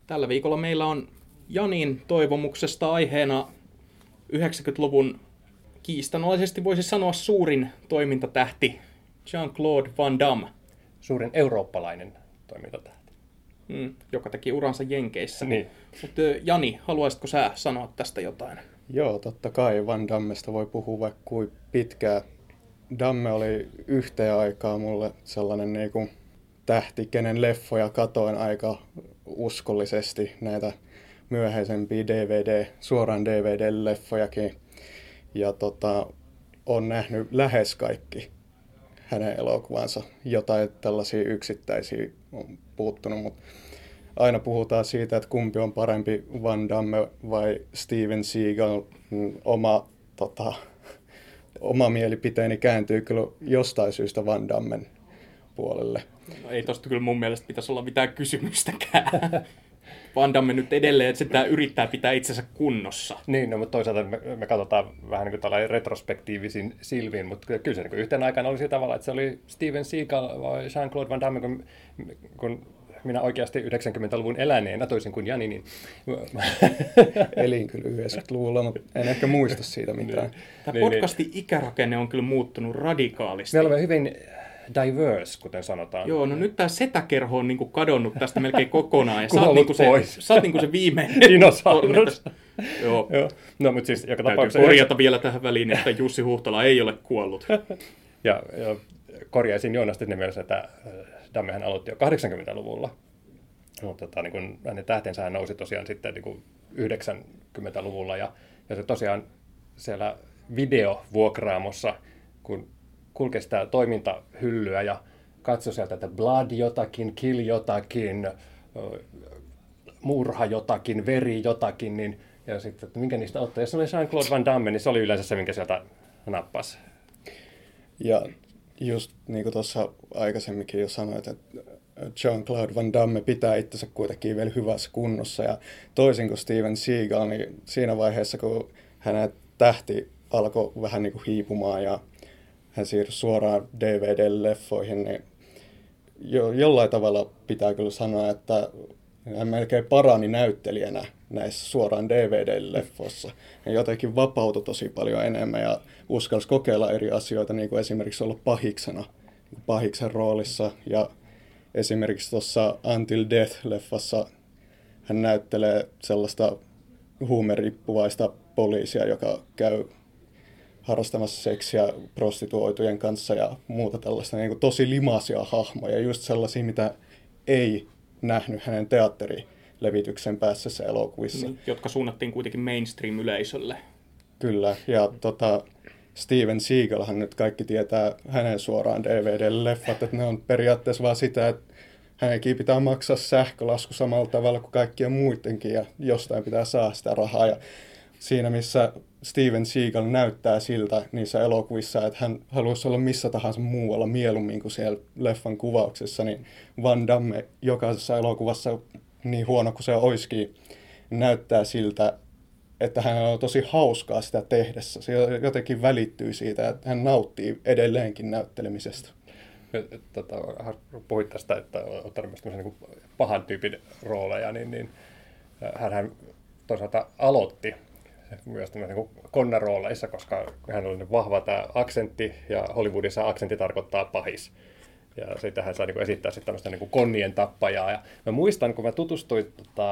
Tällä viikolla meillä on Janin toivomuksesta aiheena 90-luvun kiistanalaisesti voisi sanoa suurin toimintatähti Jean-Claude Van Damme. Suurin eurooppalainen toimintatähti. Joka teki uransa Jenkeissä. Niin. Mutta Jani, haluaisitko sä sanoa tästä jotain? Joo, totta kai Van Dammesta voi puhua vaikka kuin pitkään. Damme oli yhteen aikaa mulle sellainen niinku tähti, kenen leffoja katoin aika uskollisesti, näitä myöhäisempiä suoraan DVD-leffojakin. Ja on nähnyt lähes kaikki hänen elokuvansa. Jotain tällaisia yksittäisiä on puuttunut, mutta aina puhutaan siitä, että kumpi on parempi, Van Damme vai Steven Seagal. Oma mielipiteeni kääntyy kyllä jostain syystä Van Dammen puolelle. No, ei tosta kyllä mun mielestä pitäisi olla mitään kysymystäkään. Van Damme nyt edelleen, että se yrittää pitää itsensä kunnossa. Niin, no, mutta toisaalta me katsotaan vähän niin kuin tällainen retrospektiivisin silmiin, mutta kyllä se niin yhteen aikaan oli sillä tavalla, että se oli Steven Seagal vai Jean-Claude Van Damme, kun minä oikeasti 90-luvun eläneenä, toisin kuin Jani, niin elin kyllä 90-luvulla, mutta en ehkä muista siitä mitään. Tämä podcastin ikärakenne on kyllä muuttunut radikaalisti. Me olemme hyvin diverse, kuten sanotaan. Joo, no nyt tämä setäkerho on niinku kadonnut tästä melkein kokonaan. Ja sä oot niinku se viimeinen. Dinosaurus. Joo. No, mutta siis joka tapauksessa tapauksessa korjata vielä tähän väliin, että Jussi Huhtala ei ole kuollut. ja korjaisin Joonasta ne mielessä, että Dammehän aloitti jo 80-luvulla. Mutta niin kun hänen tähtensä nousi tosiaan sitten niin kuin 90-luvulla. Ja se tosiaan siellä videovuokraamossa, kun kulkee sitä toimintahyllyä ja katsoi sieltä, että blood jotakin, kill jotakin, murha jotakin, veri jotakin, niin, ja sitten, että minkä niistä ottaa. Jos se oli Jean-Claude Van Damme, niin se oli yleensä se, minkä sieltä nappasi. Ja just niin kuin tuossa aikaisemminkin jo sanoit, että Jean-Claude Van Damme pitää itsensä kuitenkin vielä hyvässä kunnossa. Ja toisin kuin Steven Seagal, niin siinä vaiheessa, kun hänen tähti alkoi vähän niin kuin hiipumaan ja hän siirtyi suoraan DVD-leffoihin, niin jollain tavalla pitää kyllä sanoa, että hän melkein parani näyttelijänä näissä suoraan DVD-leffoissa. Hän jotenkin vapautui tosi paljon enemmän ja uskalsi kokeilla eri asioita, niin kuin esimerkiksi olla pahiksena, pahiksen roolissa. Ja esimerkiksi tuossa Until Death-leffassa hän näyttelee sellaista huumeriippuvaista poliisia, joka käy harrastamassa seksiä prostituoitujen kanssa ja muuta tällaista niin kuin tosi limaisia hahmoja, just sellaisia, mitä ei nähnyt hänen teatterilevityksen päässässä elokuvissa. Jotka suunnattiin kuitenkin mainstream-yleisölle. Kyllä, ja Steven Seagalhan nyt kaikki tietää hänen suoraan DVD-leffat, että ne on periaatteessa vaan sitä, että hänenkin pitää maksaa sähkölasku samalla tavalla kuin kaikkien muidenkin, ja jostain pitää saada sitä rahaa. Ja siinä, missä Steven Seagal näyttää siltä niissä elokuvissa, että hän haluaisi olla missä tahansa muualla mieluummin kuin siellä leffan kuvauksessa, niin Van Damme jokaisessa elokuvassa, niin huono kuin se olisikin, näyttää siltä, että hän on tosi hauskaa sitä tehdessä. Se jotenkin välittyy siitä, että hän nauttii edelleenkin näyttelemisestä. Puhuit tästä, että on tämmöisen niin pahan tyypin rooleja, niin hän toisaalta aloitti myös niin konnarooleissa, koska hän oli vahva tämä aksentti, ja Hollywoodissa aksentti tarkoittaa pahis. Ja sitten hän sai niin esittää sitten tämmöistä niin konnien tappajaa. Ja mä muistan, kun mä tutustuin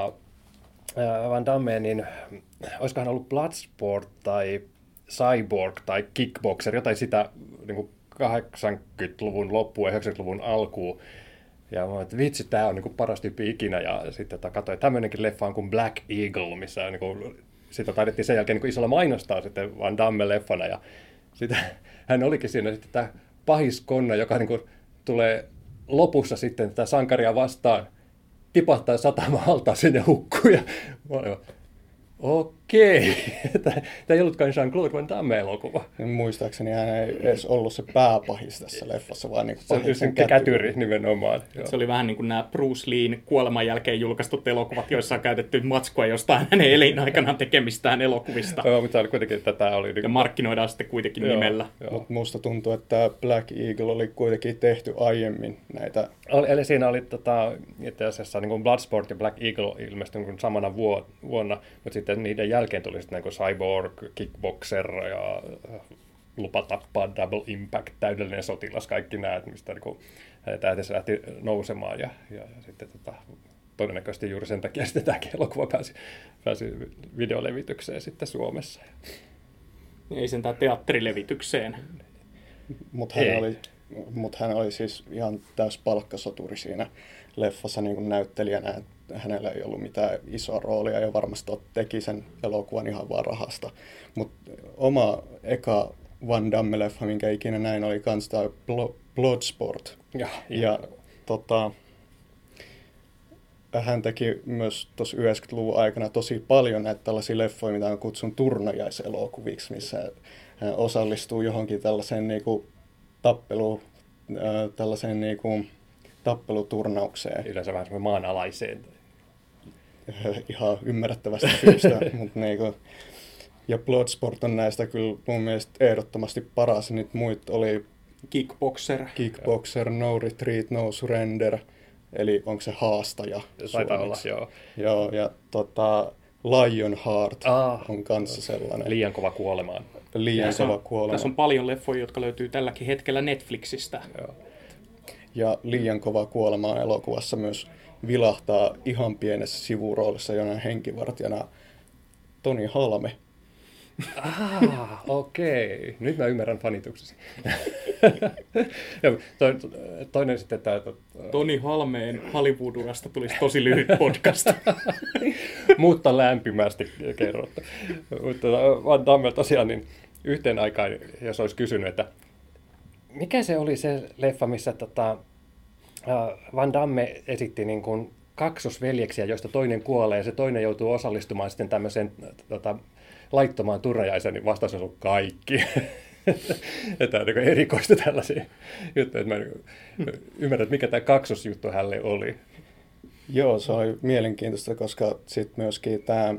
Van Dammeen, niin olisikohan ollut Bloodsport tai Cyborg tai Kickboxer, jotain sitä niin 80-luvun loppuun ja 90-luvun alkuun. Ja mä olin, että vitsi, tämä on niin paras tyyppi ikinä. Ja sitten katsoin tämmöinenkin leffa on kuin Black Eagle, missä niin sitä taidettiin sen jälkeen niin isolla mainostaa sitten Van Damme-leffana. Ja sitten hän olikin siinä sitten tämä pahiskonna, joka niin tulee lopussa sitten tätä sankaria vastaan, tipahtaa satamaan altaan sinne hukkuu. Ja Okei. Tämä ei ollutkaan Jean-Claude Van Damme-elokuva. Muistaakseni hän ei edes ollut se pääpahis tässä leffassa, vaan niin Se on sen kätyri nimenomaan. Se oli vähän niin kuin nämä Bruce Leen kuoleman jälkeen julkaistut elokuvat, joissa on käytetty matskua jostain hänen elinaikanaan tekemistään elokuvista. Joo, mutta oli kuitenkin, että tämä oli... Ja markkinoidaan sitten kuitenkin nimellä. Mutta musta tuntuu, että Black Eagle oli kuitenkin tehty aiemmin näitä. Eli siinä oli itse asiassa niin kuin Bloodsport ja Black Eagle ilmestyi niin samana vuonna, mutta sitten niiden jälkeen tuli sitten niin kuin Cyborg, Kickboxer ja Lupa tappaa, Double Impact, Täydellinen sotilas, kaikki nämä, mistä niin tähdessä lähti nousemaan ja sitten todennäköisesti juuri sen takia sitten tämäkin elokuva pääsi videolevitykseen sitten Suomessa. Ei sentään teatterilevitykseen. Mutta hän oli siis ihan täys palkkasoturi siinä leffassa niin kuin näyttelijänä. Hänellä ei ollut mitään isoa roolia ja varmasti teki sen elokuvan ihan vaan rahasta. Mutta oma eka Van Damme-leffa, minkä ikinä näin, oli kans tämä Bloodsport. Ja hän teki myös tuossa 90-luvun aikana tosi paljon näitä tällaisia leffoja, mitä on kutsun turnajaiselokuviksi, missä hän osallistuu johonkin tällaiseen niinku tappeluturnaukseen. Yleensä vähän semmoinen maanalaiseen. Ihan ymmärrettävästä syystä, mutta niinku, ja Bloodsport on näistä kyllä mun mielestä ehdottomasti paras. Nyt muut oli Kickboxer, No Retreat, No Surrender, eli onko se haastaja suomeksi? Olla, joo. Ja Lionheart on kanssa sellainen. Liian kova kuolemaan. Kova kuolema. Tässä on paljon leffoja, jotka löytyy tälläkin hetkellä Netflixistä. Joo. Ja Liian kova kuolema elokuvassa myös vilahtaa ihan pienessä sivuroolissa jonain henkivartijana Toni Halme. Okei. Nyt mä ymmärrän fanituksesi. Toinen sitten tämä... Toni Halmeen Hollywood-urasta tulisi tosi lyhyt podcast. Mutta lämpimästi kerrottu. Mutta Van Damme tosiaan niin yhteen aikaan, jos olisi kysynyt, että mikä se oli se leffa, missä Van Damme esitti niin kuin kaksosveljeksiä, joista toinen kuolee ja se toinen joutuu osallistumaan sitten tämmöiseen laittomaan turnajaiseen, niin vastaus on ollut kaikki. Tämä on niin erikoista tällaisia juttuja, että mä ymmärrän, että mikä tämä kaksosjuttu hänelle oli. Joo, se oli mielenkiintoista, koska sitten myöskin tämä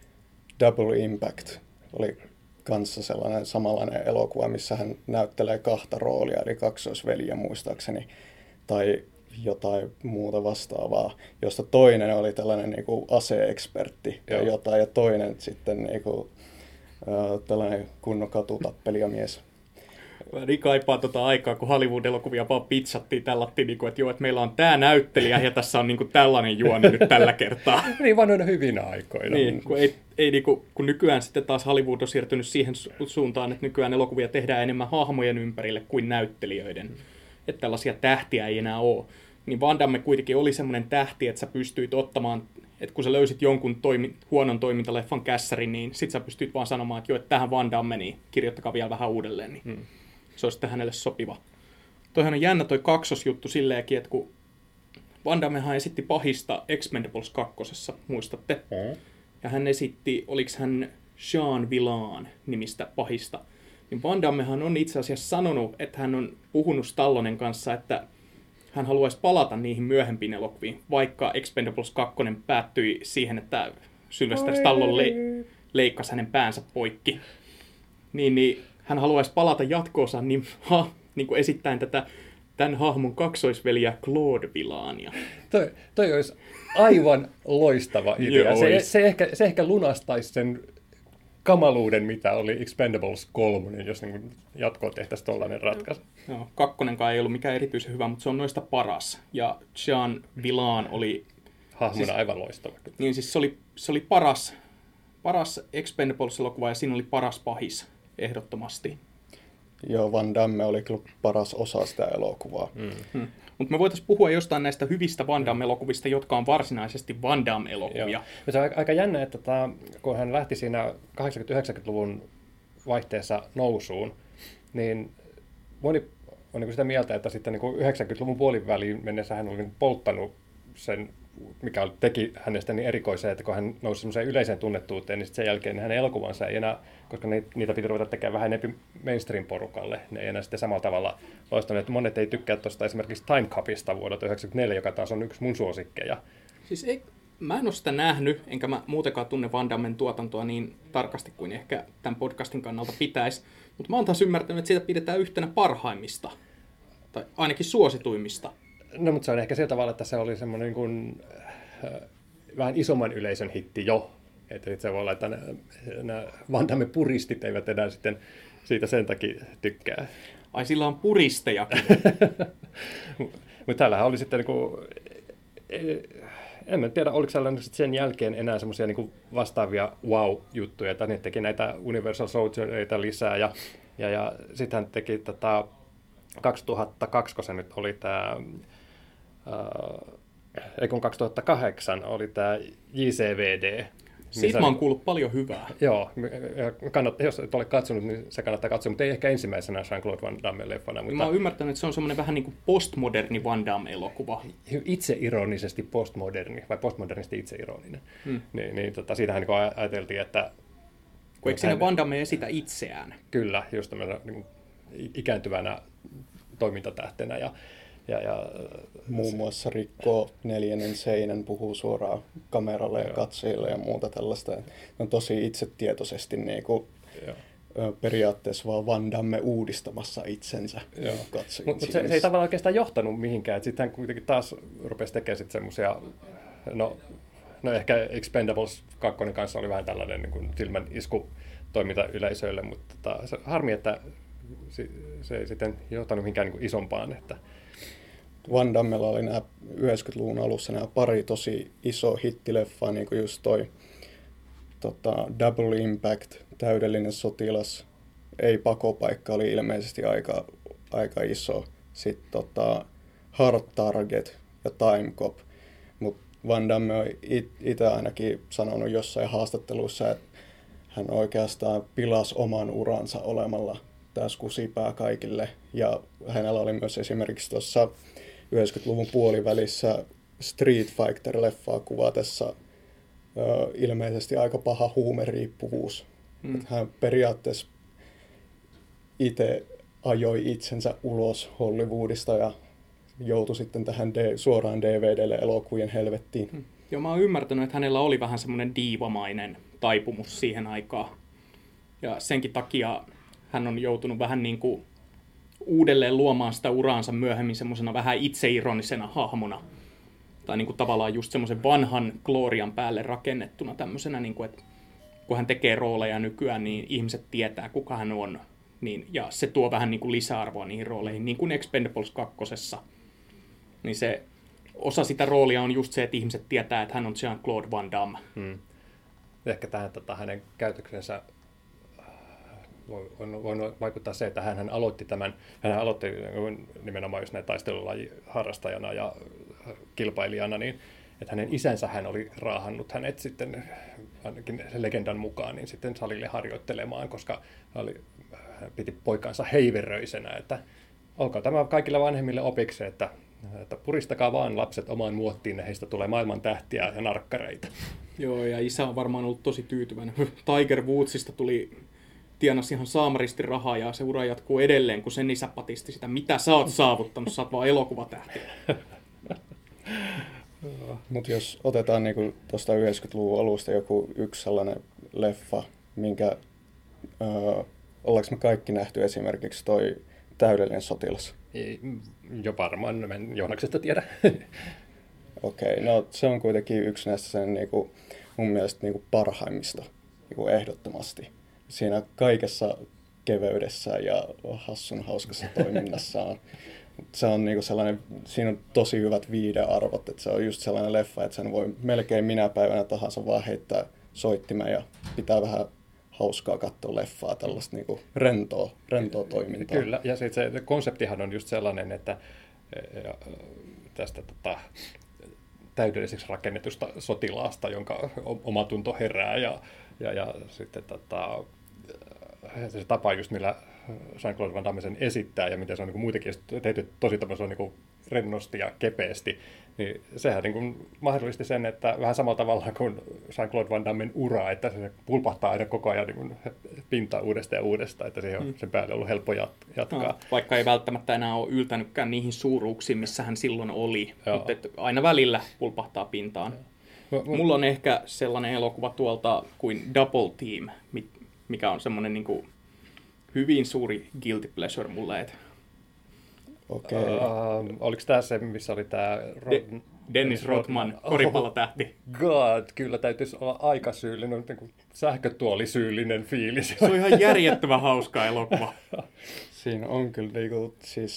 Double Impact oli kanssa sellainen samanlainen elokuva, missä hän näyttelee kahta roolia, eli kaksoisveliä muistaakseni, tai jotain muuta vastaavaa, josta toinen oli tällainen niinku ase-ekspertti ja jotain, ja toinen sitten niinku, tällainen kunnon katutappelijamies. Mä niin kaipaan aikaa, kun Hollywood-elokuvia vaan pizzattiin tällattiin, että joo, että meillä on tämä näyttelijä ja tässä on niin kuin tällainen juoni nyt tällä kertaa. Niin vaan noina hyvinä aikoina. Niin, kun nykyään sitten taas Hollywood on siirtynyt siihen suuntaan, että nykyään elokuvia tehdään enemmän hahmojen ympärille kuin näyttelijöiden. Että tällaisia tähtiä ei enää ole. Niin Van Damme kuitenkin oli semmoinen tähti, että sä pystyit ottamaan, että kun sä löysit jonkun huonon toimintaleffan kässärin, niin sit sä pystyit vaan sanomaan, että joo, että tähän Van Damme, niin kirjoittakaa vielä vähän uudelleen, niin se olisi sitten hänelle sopiva. Toihan on jännä toi kaksosjuttu silleenkin, että kun Van Dammehan esitti pahista Expendables 2, muistatte? Ja hän esitti, oliks hän Jean Villain nimistä pahista. Niin Van Dammehan on itse asiassa sanonut, että hän on puhunut Stallonen kanssa, että hän haluaisi palata niihin myöhempiin elokuviin, vaikka Expendables 2 päättyi siihen, että Sylvester Stallone leikkasi hänen päänsä poikki. Niin hän haluaisi palata jatko-osaan niin kuin esittäen tämän hahmon kaksoisveliä Claude Villania. Toi olisi aivan loistava idea. Se ehkä lunastaisi sen kamaluuden, mitä oli Expendables 3, niin jos niin jatkoa tehtäisiin tollainen ratkaisu. No, kakkonenkaan ei ollut mikään erityisen hyvä, mutta se on noista paras. Ja Jean Villain oli... Hahmona aivan loistava. Niin siis se oli paras Expendables-elokuva ja siinä oli paras pahis, ehdottomasti. Joo, Van Damme oli kyllä paras osa sitä elokuvaa. Mutta me voitaisiin puhua jostain näistä hyvistä Van Damme-elokuvista, jotka on varsinaisesti Van Damme-elokuvia. Se on aika jännä, että kun hän lähti siinä 80-90-luvun vaihteessa nousuun, niin moni on sitä mieltä, että sitten 90-luvun puoliväliin mennessä hän oli polttanut sen mikä teki hänestä niin erikoiseen, että kun hän nousi semmoiseen yleiseen tunnettuuteen, niin sen jälkeen hänen elokuvansa ei enää, koska niitä piti ruveta tekemään vähän enempi mainstream-porukalle, ne ei enää sitten samalla tavalla loistaneet. Monet ei tykkää tuosta esimerkiksi Time Cupista vuodelta 1994, joka taas on yksi mun suosikkeja. Siis mä en ole sitä nähnyt, enkä mä muutenkaan tunne Van Dammen tuotantoa niin tarkasti kuin ehkä tämän podcastin kannalta pitäisi, mutta mä oon taas ymmärtänyt, että siitä pidetään yhtenä parhaimmista, tai ainakin suosituimmista. No, mutta se on ehkä sillä tavalla, että se oli semmoinen niin kuin, vähän isomman yleisön hitti jo. Että se voi olla, että nämä Van Damme puristit eivät enää sitten siitä sen takia tykkää. Ai, sillä on puristejakin. Mutta täällähän oli sitten, niin kuin, en tiedä, oliko sellainen sen jälkeen enää semmoisia niin vastaavia wow-juttuja, että ne teki näitä Universal Soldiereita lisää, ja sitten hän teki 2002, kun se nyt oli tämä, ei kun 2008 oli tämä JCVD. Siitä mä oon kuullut paljon hyvää. Joo, jos et ole katsonut, niin se kannattaa katsoa, mutta ei ehkä ensimmäisenä Jean-Claude Van Damme-leffana. Mutta mä oon ymmärtänyt, että se on semmoinen vähän niin kuin postmoderni Van Damme-elokuva. Itseironisesti postmoderni, vai postmodernisti itseironinen. Siitähän niin ajateltiin, että... Eikö siinä Van Damme esitä itseään? Kyllä, just tämmöinen niin ikääntyvänä toimintatähtenä ja muun muassa rikkoo 4. seinän, puhuu suoraan kameralle ja katsojille ja muuta tällaista. Ne on tosi itsetietoisesti niin kuin, periaatteessa vaan Van Damme uudistamassa itsensä katsojien. Mutta se ei tavallaan oikeastaan johtanut mihinkään. Sitten hän kuitenkin taas rupesi tekemään semmoisia, no ehkä Expendables 2 kanssa oli vähän tällainen niin kuin silmän isku toiminta yleisöille, mutta harmi, että se ei sitten johtanut mihinkään niin kuin isompaan. Että Van Dammella oli nämä 90-luvun alussa nämä pari tosi iso hittileffaa, niin kuin just toi Double Impact, Täydellinen sotilas, Ei pakopaikka oli ilmeisesti aika iso. Sitten Hard Target ja Time Cop. Mutta Van Damme on itse ainakin sanonut jossain haastattelussa, että hän oikeastaan pilasi oman uransa olemalla tässä kusipää kaikille. Ja hänellä oli myös esimerkiksi tuossa 90-luvun puolivälissä Street Fighter-leffaa kuvatessa ilmeisesti aika paha huumeriippuvuus. Hän periaatteessa itse ajoi itsensä ulos Hollywoodista ja joutui sitten tähän suoraan DVDlle elokuvien helvettiin. Joo, mä oon ymmärtänyt, että hänellä oli vähän semmoinen diivamainen taipumus siihen aikaan. Ja senkin takia hän on joutunut vähän niin kuin uudelleen luomaan sitä uraansa myöhemmin semmoisena vähän itseironisena hahmona. Tai niin kuin tavallaan just semmoisen vanhan glorian päälle rakennettuna tämmöisenä, niin kuin, että kun hän tekee rooleja nykyään, niin ihmiset tietää, kuka hän on. Niin, ja se tuo vähän niin kuin lisäarvoa niihin rooleihin, niin kuin Expendables 2. Niin se osa sitä roolia on just se, että ihmiset tietää, että hän on Jean-Claude Van Damme. Ehkä tähän hänen käytöksensä voi vaikuttaa se, että hän aloitti nimenomaan just näin taistelulajiharrastajana ja kilpailijana, niin että hänen isänsä hän oli raahannut hänet sitten, ainakin legendan mukaan, niin sitten salille harjoittelemaan, koska hän piti poikansa heiveröisenä, että olkaa tämä kaikille vanhemmille opiksi, että puristakaa vaan lapset omaan muottiin, heistä tulee maailman tähtiä ja narkkareita. Joo, ja isä on varmaan ollut tosi tyytyväinen. Tiger Woodsista tienasi ihan saamaristi rahaa, ja se ura jatkuu edelleen, kun sen isä patisti sitä, mitä sä oot saavuttanut, sä oot vaan elokuvatähti. Mutta jos otetaan niinku tuosta 90-luvun alusta joku yksi sellainen leffa, minkä ollaanko me kaikki nähty esimerkiksi toi Täydellinen sotilas? Jo varmaan, en Joonaksesta tiedä. Okei, no se on kuitenkin yksi näistä sen niinku, mun mielestä niinku parhaimmista niinku ehdottomasti. Siinä kaikessa keveydessä ja hassun hauskassa toiminnassaan. Se on niinku sellainen, siinä on tosi hyvät viihdearvot, että se on just sellainen leffa, että sen voi melkein minä päivänä tahansa vaan heittää soittimen ja pitää vähän hauskaa katsoa leffaa, tällaista niinku rentoa toimintaa. Kyllä, ja se konseptihan on just sellainen, että tästä täydelliseksi rakennetusta sotilaasta, jonka omatunto herää ja sitten se tapa just millä Jean-Claude Van Damme sen esittää ja miten se on niin muutenkin tehty tosi niin rennosti ja kepeästi, Niin sehän niin kuin mahdollisti sen, että vähän samalla tavalla kuin Jean-Claude Van Dammen ura, että se pulpahtaa aina koko ajan niin kuin pintaa uudestaan ja uudestaan, että siihen on sen päälle ollut helppo jatkaa. No, vaikka ei välttämättä enää ole yltänytkään niihin suuruuksiin, missä hän silloin oli, mutta aina välillä pulpahtaa pintaan. Mulla on ehkä sellainen elokuva tuolta kuin Double Team, mikä on semmoinen niin kuin hyvin suuri guilty pleasure mulle. Okei. Oliko tämä se, missä oli tämä Dennis Rodman, koripallotähti. God, kyllä täytyisi olla aika syyllinen, niin sähkötuolisyyllinen fiilis. Se on ihan järjettömän hauska elokuva. Siinä on kyllä niinku,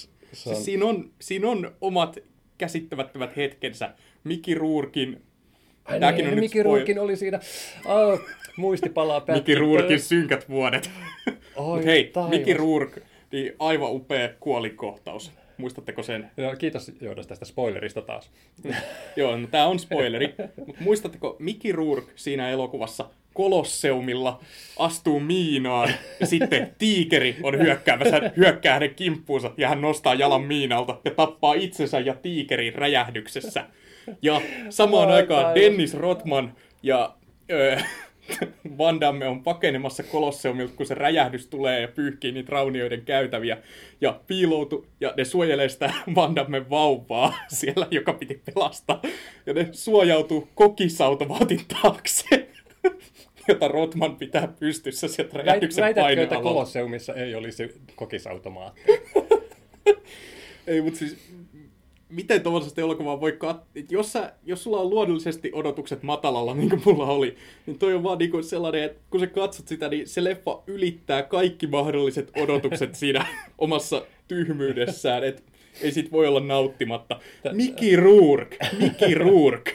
Siinä on omat käsittämättömät hetkensä. Mickey Rourken. Mickey Rourken oli siinä. Muisti palaa pätkän. Mickey Rourken synkät vuodet. Mut hei, Mickey Rourke, niin aivan upea kuolinkohtaus. Muistatteko sen? No, kiitos Joonas tästä spoilerista taas. Joo, no, tämä on spoileri. Mutta muistatteko, Mickey Rourke siinä elokuvassa Kolosseumilla astuu miinaan ja sitten tiikeri on hyökkää hänen kimppuunsa ja hän nostaa jalan miinalta ja tappaa itsensä ja tiikerin räjähdyksessä. Ja samaan aikaan Dennis Rodman ja Van Damme on pakenemassa Kolosseumilta, kun se räjähdys tulee ja pyyhkii niitä raunioiden käytäviä ja piiloutuu, ja ne suojelee sitä Van Dammen vauvaa siellä, joka piti pelastaa, ja ne suojautuu kokisautomaatin taakse, jota Rodman pitää pystyssä sieltä räjähdyksen painoalalla. painoalalla. Väitätkö, että Kolosseumissa ei olisi kokisautomaatti? Ei, mutta siis miten tuollaisesta elokuvaa voi jos sulla on luonnollisesti odotukset matalalla, niin kuin mulla oli, niin toi on vaan niin sellainen, että kun sä katsot sitä, niin se leffa ylittää kaikki mahdolliset odotukset siinä omassa tyhmyydessään, että ei sit voi olla nauttimatta. Mickey Rourke.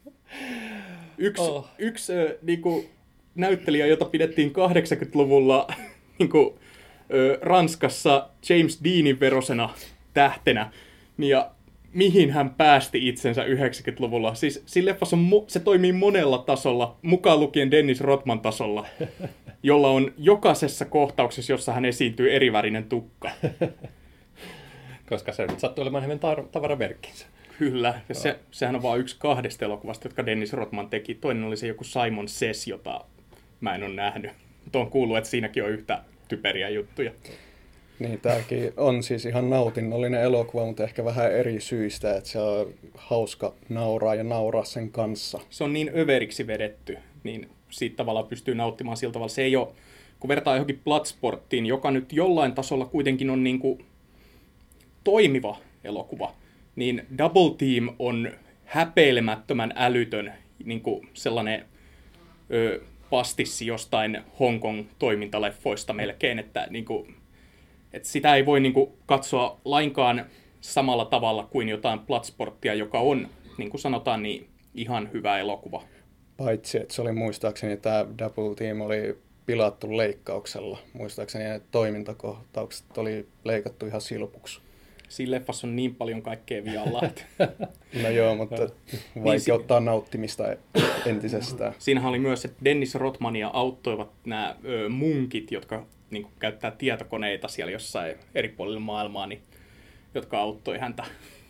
Yksi niin kuin näyttelijä, jota pidettiin 80-luvulla niin kuin, Ranskassa James Deanin verosena tähtenä, ja mihin hän päästi itsensä 90-luvulla. Siis siinä leffassa se toimii monella tasolla, mukaan lukien Dennis Rodman tasolla, jolla on jokaisessa kohtauksessa, jossa hän esiintyy erivärinen tukka. Koska se nyt sattuu olemaan hänen tavaramerkkinsä. Kyllä, ja sehän on vain yksi 2 elokuvasta, jotka Dennis Rodman teki. Toinen oli se joku Simon Says, jota mä en ole nähnyt. Mutta on kuullut, että siinäkin on yhtä typeriä juttuja. Niin, tämäkin on siis ihan nautinnollinen elokuva, mutta ehkä vähän eri syistä, että se on hauska nauraa sen kanssa. Se on niin överiksi vedetty, niin siitä tavallaan pystyy nauttimaan sillä tavalla. Se ei ole, kun vertaa johonkin Bloodsporttiin, joka nyt jollain tasolla kuitenkin on niin kuin toimiva elokuva, niin Double Team on häpeilemättömän älytön niin kuin sellainen pastissi jostain Hongkong-toimintaleffoista melkein, että niin kuin, että sitä ei voi niin kuin katsoa lainkaan samalla tavalla kuin jotain Bloodsporttia, joka on, niin kuin sanotaan, niin ihan hyvä elokuva. Paitsi, että se oli muistaakseni, tämä Double Team oli pilattu leikkauksella. Muistaakseni ne toimintakohtaukset oli leikattu ihan silpuksi. Siinä leffassa on niin paljon kaikkea vialla. No joo, mutta vaikeuttaa nauttimista entisestään. Siinähän oli myös, että Dennis Rodmania auttoivat nämä munkit, jotka niin kuin käyttää tietokoneita siellä jossain eri puolilla maailmaa, niin, jotka auttoi häntä.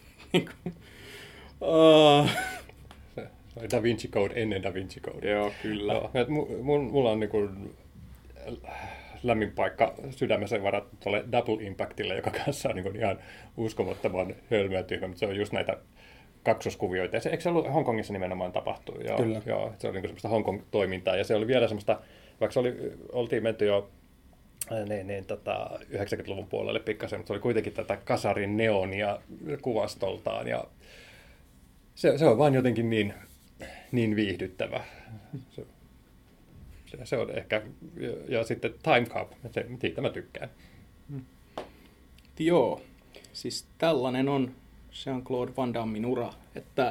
Se oli Da Vinci Code ennen Da Vinci Code. Joo, kyllä. No, mulla on niin kuin lämmin paikka sydämessä varattu tuolle Double Impactille, joka kanssa on niin kuin ihan uskomattoman hölmöä tyhmä, mutta se on just näitä kaksoskuvioita. Ja se, eikö se ollut Hongkongissa nimenomaan tapahtuu? Joo, kyllä. Joo, se oli niin kuin semmoista Hongkong-toimintaa, ja se oli vielä semmoista, vaikka oltiin menty jo 90-luvun puolelle pikkasen, mutta se oli kuitenkin tätä kasarin neonia kuvastoltaan, ja se on vaan jotenkin niin viihdyttävä. Se on ehkä, ja sitten Time Cop, siitä mä tykkään. Joo, siis tällainen on Jean-Claude Van Dammen ura, että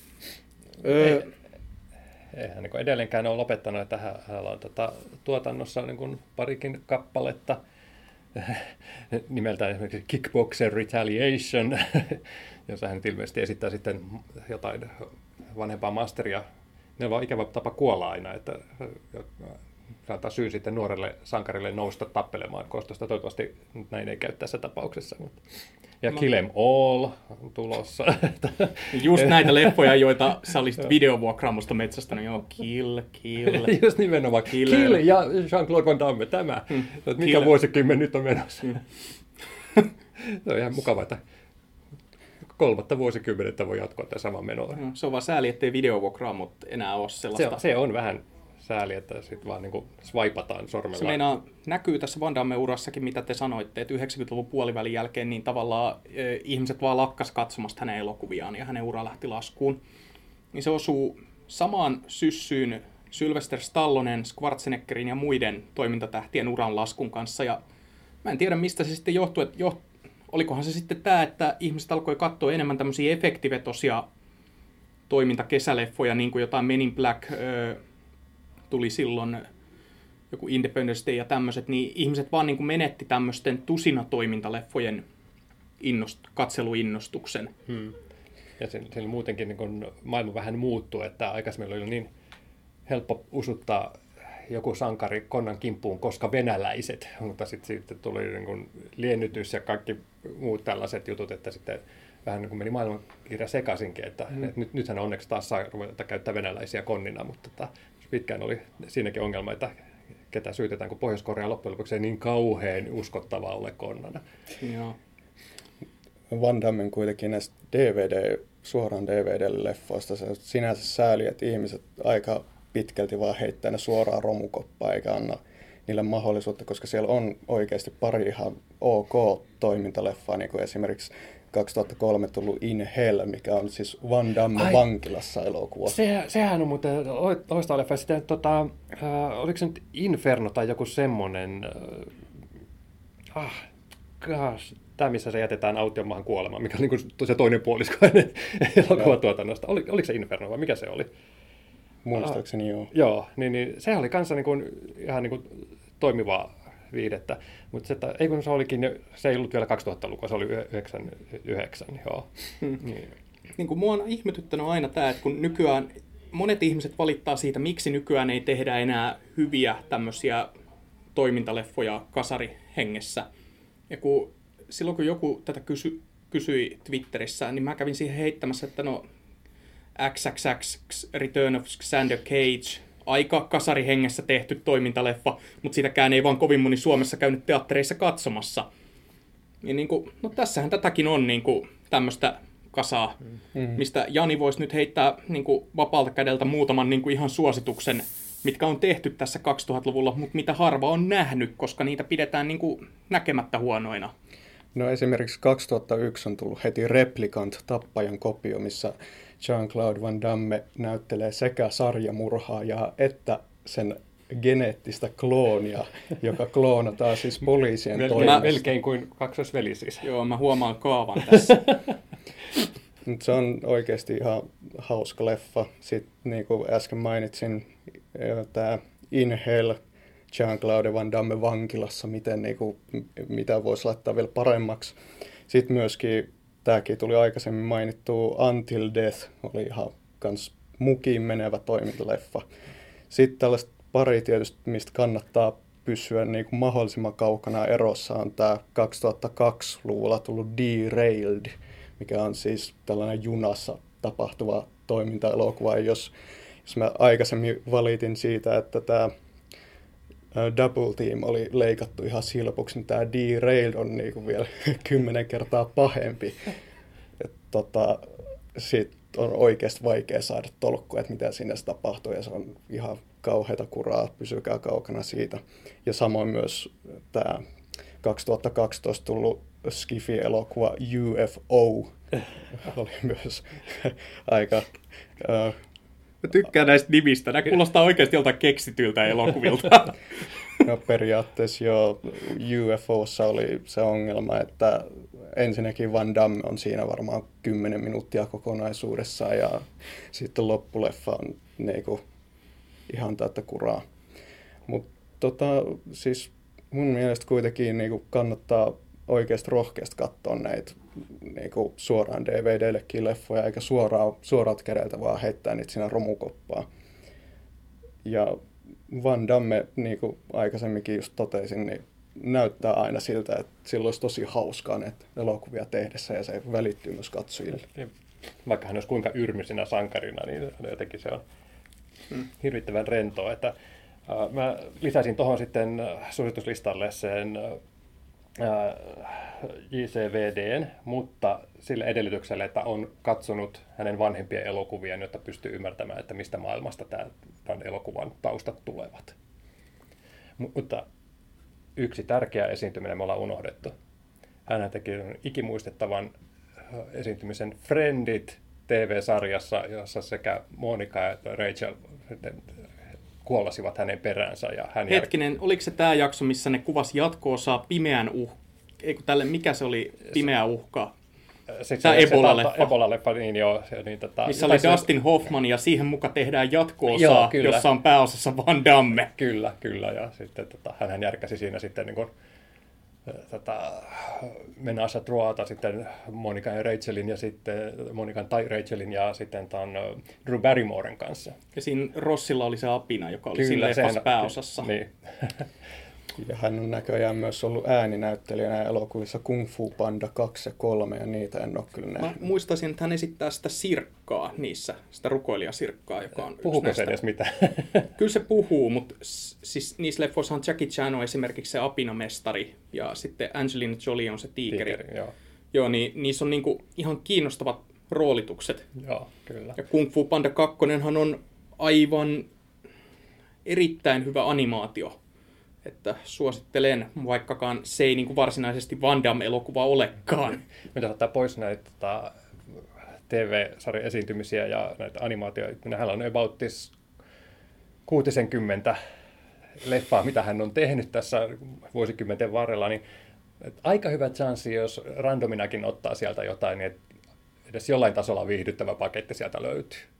eihän niin edelleenkään ole lopettanut, että hänellä on tuotannossa niin kuin parikin kappaletta nimeltään esimerkiksi Kickboxer Retaliation, jossa hän ilmeisesti esittää sitten jotain vanhempaa masteria. Ne on vaan ikävä tapa kuolla aina, että se antaa syyn sitten nuorelle sankarille nousta tappelemaan kostosta. Toivottavasti näin ei käy tässä tapauksessa. Mutta. Ja Kill 'Em All on tulossa. Just näitä leffoja, joita sä olisit videovuokraamusta metsästänyt. Joo, Kill. Just nimenomaan. Kill ja Jean-Claude Van Damme, tämä. Mikä vuosikymmen nyt on menossa? Se on ihan mukava, että 3. vuosikymmenettä voi jatkoa tämä sama menoa. No, se on vaan sääli, ettei videovuokraamut enää ole sellaista. Se on vähän sääli, että sitten vaan niin swipataan sormella. Se meinaa, näkyy tässä Van Damme-urassakin, mitä te sanoitte, että 90-luvun puolivälin jälkeen niin tavallaan ihmiset vaan lakkas katsomasta hänen elokuviaan ja hänen ura lähti laskuun. Niin se osuu samaan syssyyn Sylvester Stallonen, Schwarzeneggerin ja muiden toimintatähtien uran laskun kanssa. Ja mä en tiedä, mistä se sitten johtuu, että olikohan se sitten tämä, että ihmiset alkoi katsoa enemmän tämmöisiä efektivetosia toimintakesäleffoja, niin kuin jotain Men in Black tuli silloin, joku Independence Day ja tämmöiset, niin ihmiset vaan niin kuin menetti tämmöisten tusinatoimintaleffojen katseluinnostuksen. Ja siinä muutenkin niin kun maailma vähän muuttuu, että aikaisemmin oli niin helppo usuttaa joku sankari konnan kimppuun, koska venäläiset, mutta sitten tuli niin kuin liennytys ja kaikki muut tällaiset jutut, että sitten vähän niin kuin meni maailmankirja sekaisinkin, että nythän onneksi taas saa ruveta käyttää venäläisiä konnina, mutta pitkään oli siinäkin ongelma, että ketä syytetään, kun Pohjois-Korea loppujen lopuksi ei niin kauhean uskottavaa ole konnana. Joo. Van Dammen kuitenkin näistä suoraan DVD-leffoista se sinänsä sääli, että ihmiset aika pitkälti vaan heittää ne suoraan romukoppaan eikä anna niille mahdollisuutta, koska siellä on oikeasti pari ihan ok toimintaleffaa, niin kuin esimerkiksi 2003 tullut In Hell, mikä on siis Van Damme vankilassa elokuva. Sehän on muuten loistava leffa. Sitten, oliko se nyt Inferno tai joku semmoinen, tämä missä se jätetään autiomaahan kuolemaan, mikä on niin kuin se toinen puolisko elokuvatuotannosta. Oliko se Inferno vai mikä se oli? Muistaakseni joo. Joo, niin sehän oli kanssa niin kuin, ihan niin kuin toimivaa viidettä, mutta se olikin, se ei ollut vielä 2000-lukua, se oli 99, joo. Niin kuin mua on ihmetyttänyt aina tämä, että kun nykyään monet ihmiset valittaa siitä, miksi nykyään ei tehdä enää hyviä tämmöisiä toimintaleffoja kasarihengessä. Ja silloin kun joku tätä kysyi Twitterissä, niin mä kävin siihen heittämässä, että no XXX Return of Xander Cage, aika kasarihengessä tehty toimintaleffa, mutta sitäkään ei vaan kovin moni Suomessa käynyt teattereissa katsomassa. Niin kuin, no tässähän tätäkin on niin kuin tämmöistä kasaa, mistä Jani voisi nyt heittää niin kuin vapaalta kädeltä muutaman niin kuin ihan suosituksen, mitkä on tehty tässä 2000-luvulla, mutta mitä harva on nähnyt, koska niitä pidetään niin kuin näkemättä huonoina. No esimerkiksi 2001 on tullut heti Replicant, tappajan kopio, missä Jean-Claude Van Damme näyttelee sekä sarjamurhaajaa että sen geneettistä kloonia, joka kloonataan siis poliisien toimesta. Melkein kuin kaksosveli siis. Joo, mä huomaan kaavan tässä. Se on oikeasti ihan hauska leffa. Sitten niin kuin äsken mainitsin, tämä In Hell, Jean-Claude Van Damme vankilassa, mitä voisi laittaa vielä paremmaksi. Sitten myöskin tämäkin tuli aikaisemmin mainittua Until Death, oli ihan kans mukiin menevä toimintaleffa. Sitten tällaista pari tietysti, mistä kannattaa pysyä niin kuin mahdollisimman kaukana erossa, on tämä 2002-luvulla tullut Derailed, mikä on siis tällainen junassa tapahtuva toimintaelokuva. Jos mä aikaisemmin valitin siitä, että tämä Double Team oli leikattu ihan silpuksi, niin tämä Derailed on niinku vielä 10 kertaa pahempi. Siitä on oikeasti vaikea saada tolkkua, että mitä siinä tapahtuu, ja se on ihan kauheata kuraa, pysykää kaukana siitä. Ja samoin myös tämä 2012 tullut Skifi-elokuva UFO oli myös aika... Mä tykkään näistä nimistä. Nämä kuulostaa oikeasti joltain keksityltä elokuvilta. No periaatteessa jo UFOssa oli se ongelma, että ensinnäkin Van Damme on siinä varmaan 10 minuuttia kokonaisuudessaan ja sitten loppuleffa on niinku ihan täyttä kuraa. Mutta siis mun mielestä kuitenkin niinku kannattaa oikeasti rohkeasti katsoa näitä niinku suoraan DVDllekin leffoja, eikä suoralta kädeltä vaan heittää niitä siinä romukoppaan. Ja Van Damme, niin kuin aikaisemminkin just totesin, niin näyttää aina siltä, että sillä olisi tosi hauskaa näitä elokuvia tehdessä ja se välittyy myös katsojille. Vaikka hän olisi kuinka yrmisinä sankarina, niin jotenkin se on hirvittävän rentoa. Että, mä lisäsin tuohon sitten suosituslistalle sen JCVDn, mutta sillä edellytyksellä, että on katsonut hänen vanhempien elokuvien, jotta pystyy ymmärtämään, että mistä maailmasta tämän elokuvan taustat tulevat. Mutta yksi tärkeä esiintyminen me ollaan unohdettu. Hän teki ikimuistettavan esiintymisen Friendit TV-sarjassa, jossa sekä Monica ja Rachel kuollasivat hänen peräänsä. Ja hän Hetkinen, oliko se tämä jakso, missä ne kuvasi jatko-osaa Pimeän mikä se oli Pimeä uhka? Tämä Ebola-leffa. Ebola-leffa, niin joo. Niin, missä oli Dustin Hoffman ja siihen mukaan tehdään jatko-osaa, jossa on pääosassa Van Damme. Kyllä. Ja sitten hän järkäsi siinä sitten niin kuin, Menage à Troita sitten Monican ja Rachelin ja sitten Monican tai Rachelin ja sitten Drew Barrymoren kanssa. Ja siinä Rossilla oli se apina, joka oli siinä leffassa pääosassa. Niin. Ja hän on näköjään myös ollut ääninäyttelijänä elokuvissa Kung Fu Panda 2 ja 3, ja niitä en ole kyllä nähnyt. Mä muistaisin, että hän esittää sitä sirkkaa niissä, sitä rukoilijasirkkaa, joka on puhuuko se edes mitään? Kyllä se puhuu, mutta siis niissä leffoissa Jackie Chan on esimerkiksi se apinamestari, ja sitten Angelina Jolie on se tiikeri. Joo, niin niissä on niinku ihan kiinnostavat roolitukset. Joo, kyllä. Ja Kung Fu Panda 2 on aivan erittäin hyvä animaatio. Että suosittelen, vaikkakaan se ei niin kuin varsinaisesti Van Damme-elokuva olekaan. Mitä ottaa pois näitä TV-sarjan esiintymisiä ja näitä animaatioita. Hänellä on about 60 leffaa, mitä hän on tehnyt tässä vuosikymmenten varrella. Niin aika hyvä chanssi, jos randominakin ottaa sieltä jotain, niin edes jollain tasolla viihdyttävä paketti sieltä löytyy.